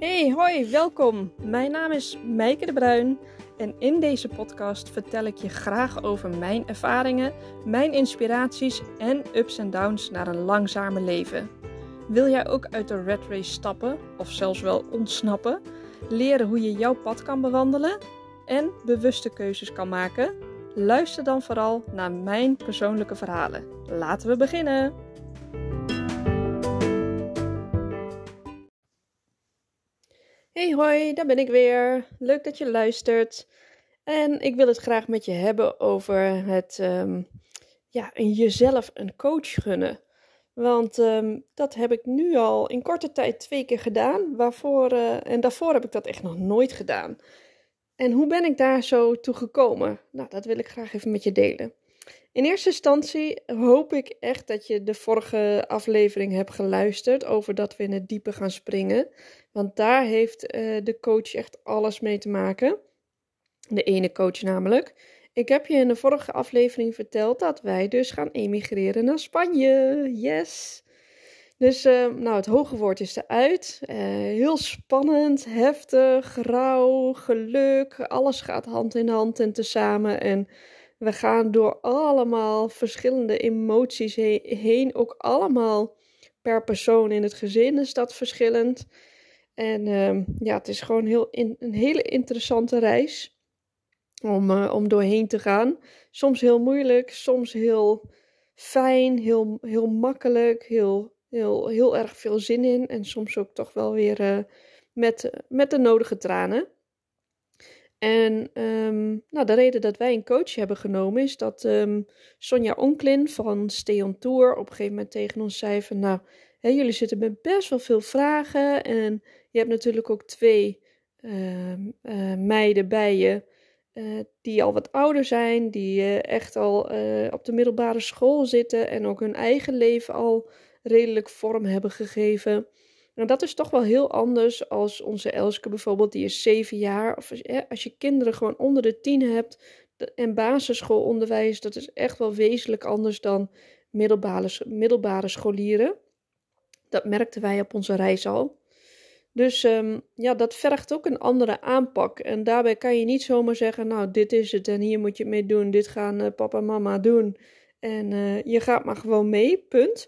Hey, hoi, welkom. Mijn naam is Meike de Bruin en in deze podcast vertel ik je graag over mijn ervaringen, mijn inspiraties en ups en downs naar een langzamer leven. Wil jij ook uit de rat race stappen of zelfs wel ontsnappen, leren hoe je jouw pad kan bewandelen en bewuste keuzes kan maken? Luister dan vooral naar mijn persoonlijke verhalen. Laten we beginnen! Hey hoi, daar ben ik weer. Leuk dat je luistert. En ik wil het graag met je hebben over het jezelf een coach gunnen. Want dat heb ik nu al in korte tijd 2 keer gedaan. En daarvoor heb ik dat echt nog nooit gedaan. En hoe ben ik daar zo toe gekomen? Nou, dat wil ik graag even met je delen. In eerste instantie hoop ik echt dat je de vorige aflevering hebt geluisterd over dat we in het diepe gaan springen. Want daar heeft de coach echt alles mee te maken. De ene coach namelijk. Ik heb je in de vorige aflevering verteld dat wij dus gaan emigreren naar Spanje. Yes! Dus het hoge woord is eruit. Heel spannend, heftig, rauw, geluk. Alles gaat hand in hand en tezamen. En we gaan door allemaal verschillende emoties heen. Ook allemaal per persoon in het gezin is dat verschillend. En het is gewoon een hele interessante reis om doorheen te gaan. Soms heel moeilijk, soms heel fijn, heel makkelijk, heel erg veel zin in. En soms ook toch wel weer met de nodige tranen. En de reden dat wij een coach hebben genomen is dat Sonja Onklin van Stay on Tour op een gegeven moment tegen ons zei van jullie zitten met best wel veel vragen en je hebt natuurlijk ook 2 meiden bij je die al wat ouder zijn, die echt al op de middelbare school zitten en ook hun eigen leven al redelijk vorm hebben gegeven. Nou, dat is toch wel heel anders als onze Elske bijvoorbeeld, die is 7 jaar. Of als je kinderen gewoon onder de 10 hebt en basisschoolonderwijs, dat is echt wel wezenlijk anders dan middelbare scholieren. Dat merkten wij op onze reis al. Dus dat vergt ook een andere aanpak. En daarbij kan je niet zomaar zeggen, nou dit is het en hier moet je het mee doen. Dit gaan papa en mama doen. En je gaat maar gewoon mee, punt.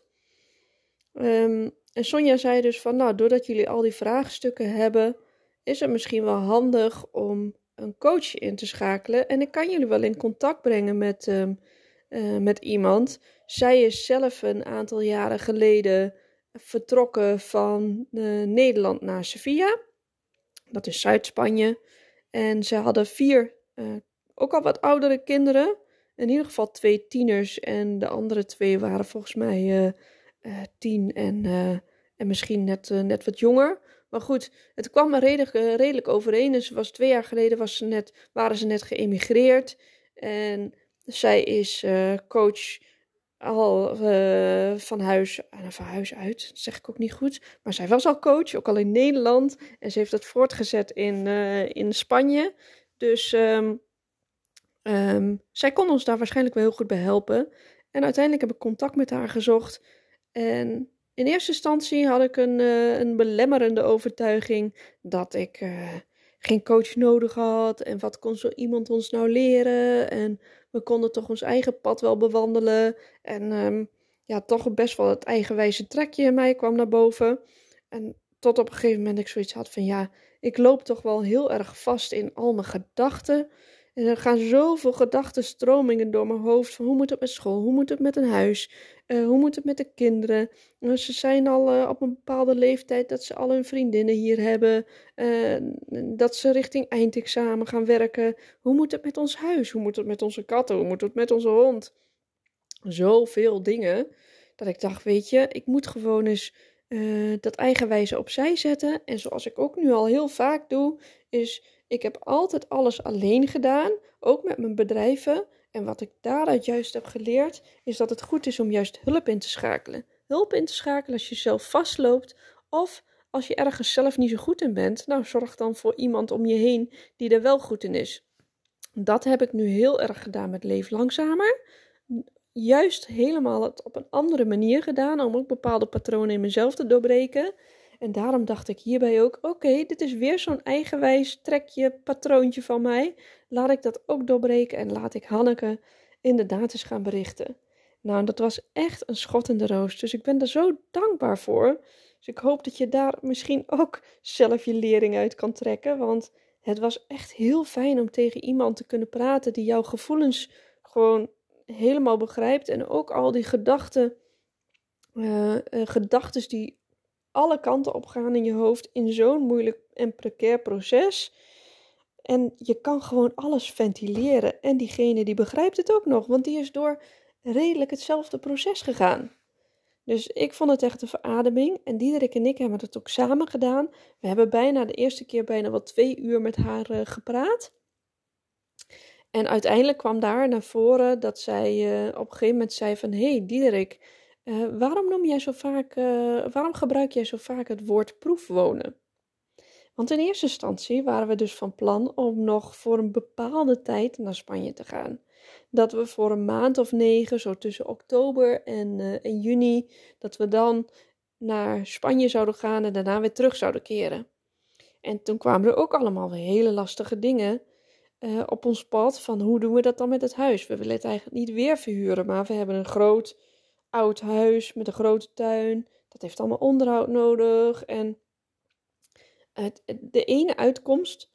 En Sonja zei dus van, doordat jullie al die vraagstukken hebben, is het misschien wel handig om een coach in te schakelen. En ik kan jullie wel in contact brengen met iemand. Zij is zelf een aantal jaren geleden vertrokken van Nederland naar Sevilla. Dat is Zuid-Spanje. En ze hadden 4 ook al wat oudere kinderen. In ieder geval 2 tieners. En de andere 2 waren volgens mij 10 en misschien net wat jonger. Maar goed, het kwam er redelijk overeen. Dus was 2 jaar geleden waren ze net geëmigreerd. En zij is coach al van huis uit. Dat zeg ik ook niet goed. Maar zij was al coach, ook al in Nederland. En ze heeft dat voortgezet in Spanje. Dus zij kon ons daar waarschijnlijk wel heel goed bij helpen. En uiteindelijk heb ik contact met haar gezocht. En in eerste instantie had ik een belemmerende overtuiging dat ik geen coach nodig had. En wat kon zo iemand ons nou leren? En we konden toch ons eigen pad wel bewandelen. En toch best wel het eigenwijze trekje in mij kwam naar boven. En tot op een gegeven moment ik zoiets had van ik loop toch wel heel erg vast in al mijn gedachten. En er gaan zoveel gedachtenstromingen door mijn hoofd. Van hoe moet het met school? Hoe moet het met een huis? Hoe moet het met de kinderen? Ze zijn al op een bepaalde leeftijd dat ze al hun vriendinnen hier hebben. Dat ze richting eindexamen gaan werken. Hoe moet het met ons huis? Hoe moet het met onze katten? Hoe moet het met onze hond? Zoveel dingen. Dat ik dacht, weet je, ik moet gewoon eens dat eigenwijze opzij zetten. En zoals ik ook nu al heel vaak doe, is ik heb altijd alles alleen gedaan. Ook met mijn bedrijven. En wat ik daaruit juist heb geleerd, is dat het goed is om juist hulp in te schakelen. Hulp in te schakelen als je zelf vastloopt. Of als je ergens zelf niet zo goed in bent. Nou, zorg dan voor iemand om je heen die er wel goed in is. Dat heb ik nu heel erg gedaan met Leef Langzamer. Juist helemaal het op een andere manier gedaan. Om ook bepaalde patronen in mezelf te doorbreken. En daarom dacht ik hierbij ook, oké, dit is weer zo'n eigenwijs trekje, patroontje van mij. Laat ik dat ook doorbreken en laat ik Hanneke inderdaad eens gaan berichten. Nou, en dat was echt een schot in de roos. Dus ik ben er zo dankbaar voor. Dus ik hoop dat je daar misschien ook zelf je lering uit kan trekken. Want het was echt heel fijn om tegen iemand te kunnen praten die jouw gevoelens gewoon helemaal begrijpt. En ook al die gedachtes die alle kanten op gaan in je hoofd in zo'n moeilijk en precair proces. En je kan gewoon alles ventileren. En diegene die begrijpt het ook nog, want die is door redelijk hetzelfde proces gegaan. Dus ik vond het echt een verademing. En Diederik en ik hebben het ook samen gedaan. We hebben de eerste keer bijna wel 2 uur met haar gepraat. En uiteindelijk kwam daar naar voren dat zij op een gegeven moment zei van... Hey Diederik, waarom gebruik jij zo vaak het woord proefwonen? Want in eerste instantie waren we dus van plan om nog voor een bepaalde tijd naar Spanje te gaan. Dat we voor een maand of 9, zo tussen oktober en juni, dat we dan naar Spanje zouden gaan en daarna weer terug zouden keren. En toen kwamen er ook allemaal weer hele lastige dingen op ons pad van hoe doen we dat dan met het huis? We willen het eigenlijk niet weer verhuren, maar we hebben een groot oud huis met een grote tuin. Dat heeft allemaal onderhoud nodig en... De ene uitkomst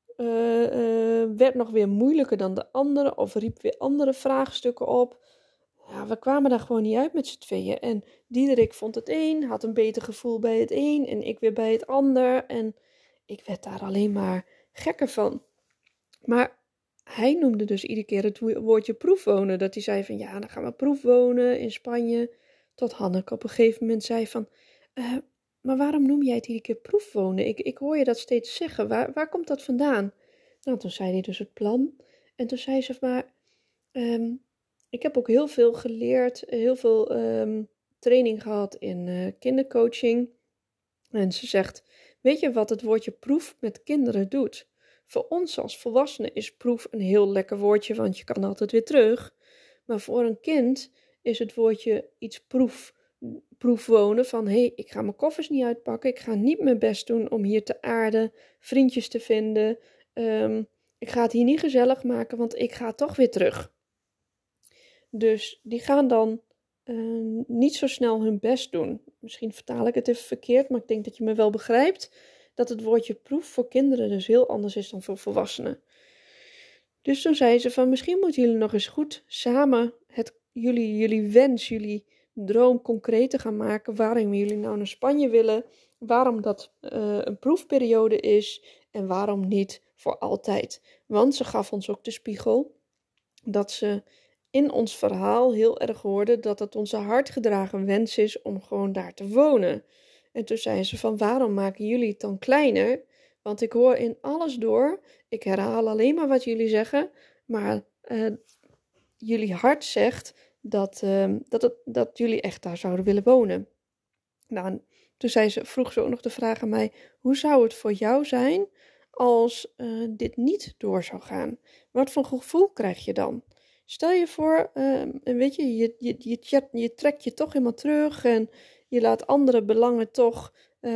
werd nog weer moeilijker dan de andere of riep weer andere vraagstukken op. Ja, we kwamen daar gewoon niet uit met z'n tweeën. En Diederik vond het een, had een beter gevoel bij het een en ik weer bij het ander. En ik werd daar alleen maar gekker van. Maar hij noemde dus iedere keer het woordje proefwonen. Dat hij zei van ja, dan gaan we proefwonen in Spanje. Tot Hanneke op een gegeven moment zei van... maar waarom noem jij het iedere keer proefwonen? Ik hoor je dat steeds zeggen. Waar komt dat vandaan? Nou, toen zei hij dus het plan. En toen zei ze maar... ik heb ook heel veel geleerd. Heel veel training gehad in kindercoaching. En ze zegt... Weet je wat het woordje proef met kinderen doet? Voor ons als volwassenen is proef een heel lekker woordje. Want je kan altijd weer terug. Maar voor een kind is het woordje iets proefwonen van... Hey, ik ga mijn koffers niet uitpakken. Ik ga niet mijn best doen om hier te aarden. Vriendjes te vinden. Ik ga het hier niet gezellig maken, want ik ga toch weer terug. Dus die gaan dan niet zo snel hun best doen. Misschien vertaal ik het even verkeerd, maar ik denk dat je me wel begrijpt... dat het woordje proef voor kinderen dus heel anders is dan voor volwassenen. Dus toen zei ze van... misschien moeten jullie nog eens goed samen jullie wens, jullie droom concreet te gaan maken. Waarom jullie nou naar Spanje willen. Waarom dat een proefperiode is. En waarom niet voor altijd. Want ze gaf ons ook de spiegel. Dat ze in ons verhaal heel erg hoorde. Dat het onze hartgedragen wens is om gewoon daar te wonen. En toen zei ze van waarom maken jullie het dan kleiner. Want ik hoor in alles door. Ik herhaal alleen maar wat jullie zeggen. Maar jullie hart zegt... Dat jullie echt daar zouden willen wonen. Nou, toen vroeg ze ook nog de vraag aan mij... Hoe zou het voor jou zijn als dit niet door zou gaan? Wat voor gevoel krijg je dan? Stel je voor, weet je trekt je toch helemaal terug... en je laat andere belangen toch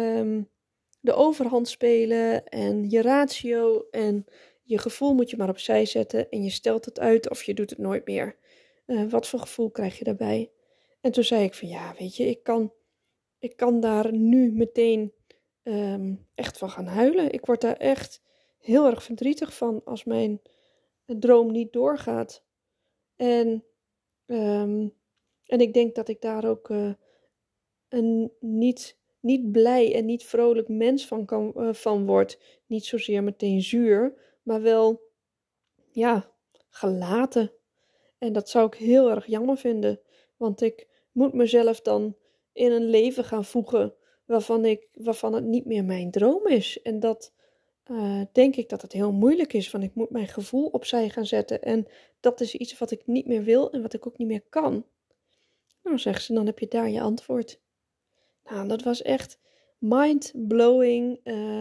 de overhand spelen... en je ratio en je gevoel moet je maar opzij zetten... en je stelt het uit of je doet het nooit meer... wat voor gevoel krijg je daarbij? En toen zei ik van ja, weet je, ik kan daar nu meteen echt van gaan huilen. Ik word daar echt heel erg verdrietig van als mijn droom niet doorgaat. En ik denk dat ik daar ook een niet blij en niet vrolijk mens van word. Niet zozeer meteen zuur, maar wel ja, gelaten. En dat zou ik heel erg jammer vinden. Want ik moet mezelf dan in een leven gaan voegen waarvan het niet meer mijn droom is. En dat denk ik dat het heel moeilijk is. Want ik moet mijn gevoel opzij gaan zetten. En dat is iets wat ik niet meer wil en wat ik ook niet meer kan. Nou, zegt ze, dan heb je daar je antwoord. Nou, dat was echt mind-blowing.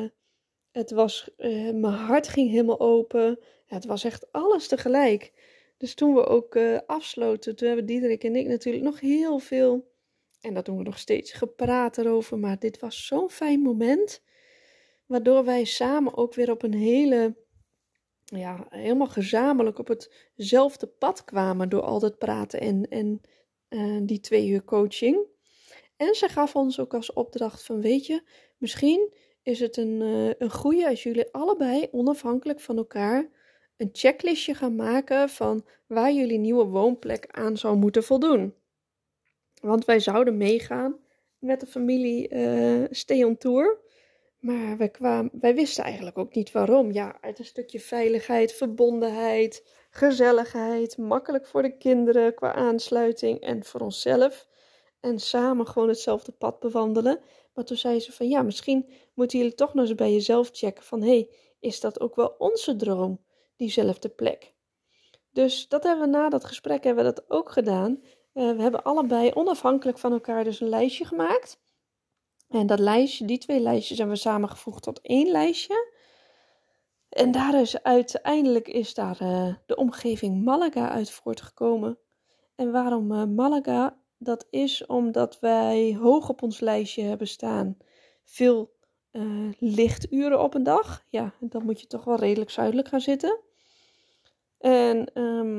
Mijn hart ging helemaal open. Ja, het was echt alles tegelijk. Dus toen we ook afsloten, toen hebben Diederik en ik natuurlijk nog heel veel En dat doen we nog steeds, gepraat erover. Maar dit was zo'n fijn moment. Waardoor wij samen ook weer op een helemaal gezamenlijk op hetzelfde pad kwamen. Door al dat praten en die 2 uur coaching. En ze gaf ons ook als opdracht van, weet je, misschien is het een goede als jullie allebei onafhankelijk van elkaar een checklistje gaan maken van waar jullie nieuwe woonplek aan zou moeten voldoen. Want wij zouden meegaan met de familie Stay on Tour. Maar wij wisten eigenlijk ook niet waarom. Ja, uit een stukje veiligheid, verbondenheid, gezelligheid, makkelijk voor de kinderen qua aansluiting en voor onszelf. En samen gewoon hetzelfde pad bewandelen. Maar toen zei ze van ja, misschien moeten jullie toch nog eens bij jezelf checken van hey, is dat ook wel onze droom, diezelfde plek? Dus dat hebben we na dat gesprek hebben we dat ook gedaan. We hebben allebei onafhankelijk van elkaar dus een lijstje gemaakt. En dat lijstje, die 2 lijstjes hebben we samengevoegd tot 1 lijstje. En daar is uiteindelijk daar de omgeving Malaga uit voortgekomen. En waarom Malaga? Dat is omdat wij hoog op ons lijstje hebben staan veel lichturen op een dag. Ja, dan moet je toch wel redelijk zuidelijk gaan zitten. En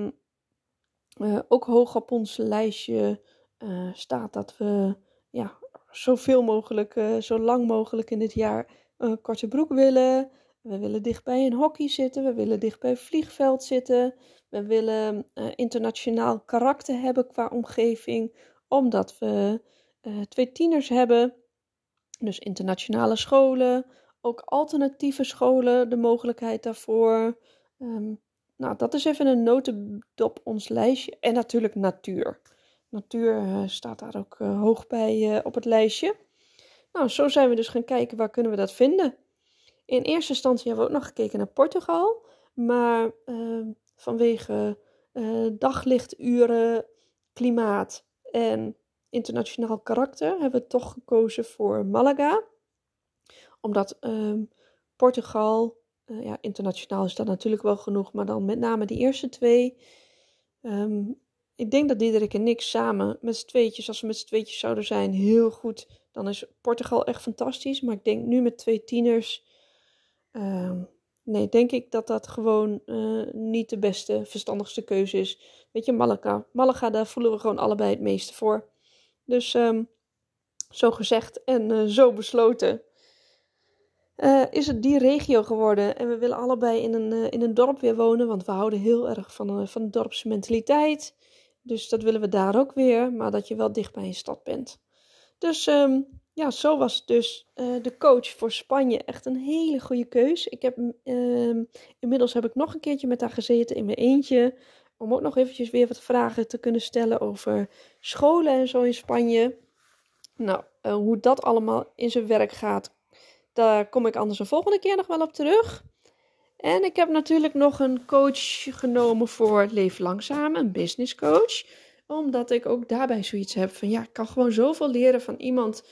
ook hoog op ons lijstje staat dat we zoveel mogelijk, zo lang mogelijk in dit jaar een korte broek willen. We willen dicht bij een hockey zitten. We willen dicht bij een vliegveld zitten. We willen internationaal karakter hebben qua omgeving. Omdat we 2 tieners hebben. Dus internationale scholen. Ook alternatieve scholen. De mogelijkheid daarvoor. Dat is even een notendop ons lijstje. En natuurlijk natuur. Natuur staat daar ook hoog bij op het lijstje. Nou, zo zijn we dus gaan kijken waar kunnen we dat vinden. In eerste instantie hebben we ook nog gekeken naar Portugal. Maar vanwege daglichturen, klimaat en internationaal karakter hebben we toch gekozen voor Malaga. Omdat Portugal, internationaal is dat natuurlijk wel genoeg, maar dan met name die eerste 2. Ik denk dat Diederik en ik samen met z'n tweetjes, als we met z'n tweetjes zouden zijn, heel goed. Dan is Portugal echt fantastisch. Maar ik denk nu met 2 tieners, denk ik dat gewoon niet de beste, verstandigste keuze is. Weet je, Malaga, daar voelen we gewoon allebei het meeste voor. Dus zo gezegd en zo besloten. Is het die regio geworden en we willen allebei in een dorp weer wonen, want we houden heel erg van de dorpsmentaliteit. Dus dat willen we daar ook weer, maar dat je wel dicht bij een stad bent. Dus zo was dus de coach voor Spanje echt een hele goede keus. Inmiddels heb ik nog een keertje met haar gezeten in mijn eentje, om ook nog eventjes weer wat vragen te kunnen stellen over scholen en zo in Spanje. Nou, hoe dat allemaal in zijn werk gaat, daar kom ik anders een volgende keer nog wel op terug. En ik heb natuurlijk nog een coach genomen voor Leef Langzaam, een business coach. Omdat ik ook daarbij zoiets heb van ik kan gewoon zoveel leren van iemand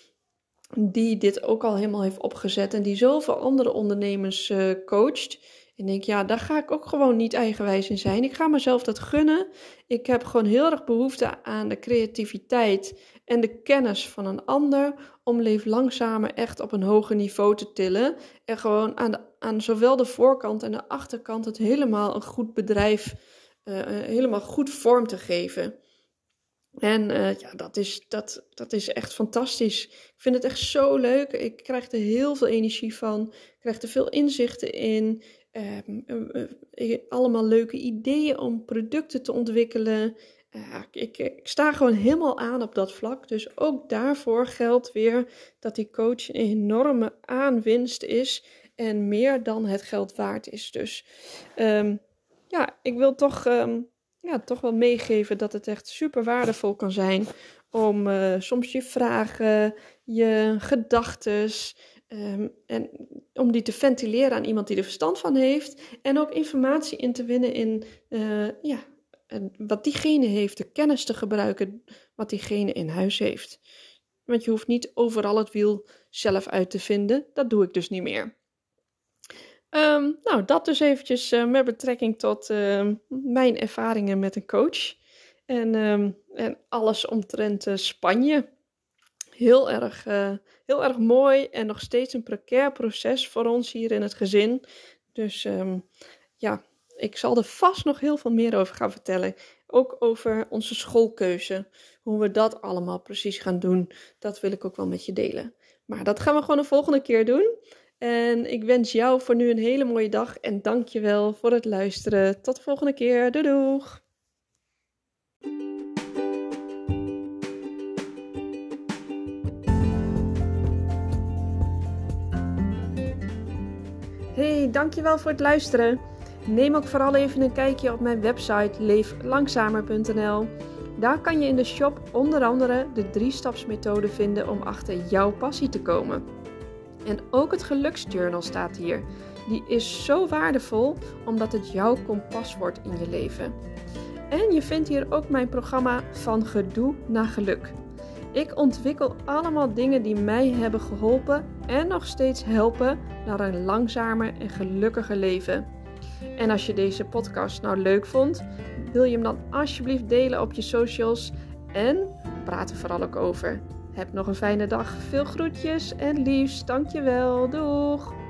die dit ook al helemaal heeft opgezet. En die zoveel andere ondernemers coacht. En denk daar ga ik ook gewoon niet eigenwijs in zijn. Ik ga mezelf dat gunnen. Ik heb gewoon heel erg behoefte aan de creativiteit en de kennis van een ander om Leef Langzamer echt op een hoger niveau te tillen. En gewoon aan zowel de voorkant en de achterkant het helemaal een goed bedrijf, helemaal goed vorm te geven. En dat is echt fantastisch. Ik vind het echt zo leuk. Ik krijg er heel veel energie van. Ik krijg er veel inzichten in. Allemaal leuke ideeën om producten te ontwikkelen. Ik sta gewoon helemaal aan op dat vlak. Dus ook daarvoor geldt weer dat die coach een enorme aanwinst is. En meer dan het geld waard is. Dus ik wil toch wel meegeven dat het echt super waardevol kan zijn. Om soms je vragen, je gedachtes, en om die te ventileren aan iemand die er verstand van heeft. En ook informatie in te winnen in wat diegene heeft, de kennis te gebruiken wat diegene in huis heeft. Want je hoeft niet overal het wiel zelf uit te vinden. Dat doe ik dus niet meer. Dat dus eventjes met betrekking tot mijn ervaringen met een coach. En alles omtrent Spanje. Heel erg mooi en nog steeds een precair proces voor ons hier in het gezin. Dus ik zal er vast nog heel veel meer over gaan vertellen. Ook over onze schoolkeuze. Hoe we dat allemaal precies gaan doen. Dat wil ik ook wel met je delen. Maar dat gaan we gewoon de volgende keer doen. En ik wens jou voor nu een hele mooie dag. En dank je wel voor het luisteren. Tot de volgende keer. Doei doeg! Hey, dankjewel voor het luisteren. Neem ook vooral even een kijkje op mijn website leeflangzamer.nl. Daar kan je in de shop onder andere de 3-stapsmethode vinden om achter jouw passie te komen. En ook het geluksjournal staat hier. Die is zo waardevol omdat het jouw kompas wordt in je leven. En je vindt hier ook mijn programma Van Gedoe naar Geluk. Ik ontwikkel allemaal dingen die mij hebben geholpen en nog steeds helpen naar een langzamer en gelukkiger leven. En als je deze podcast nou leuk vond, wil je hem dan alsjeblieft delen op je socials en praat er vooral ook over. Heb nog een fijne dag, veel groetjes en liefs, dankjewel, doeg!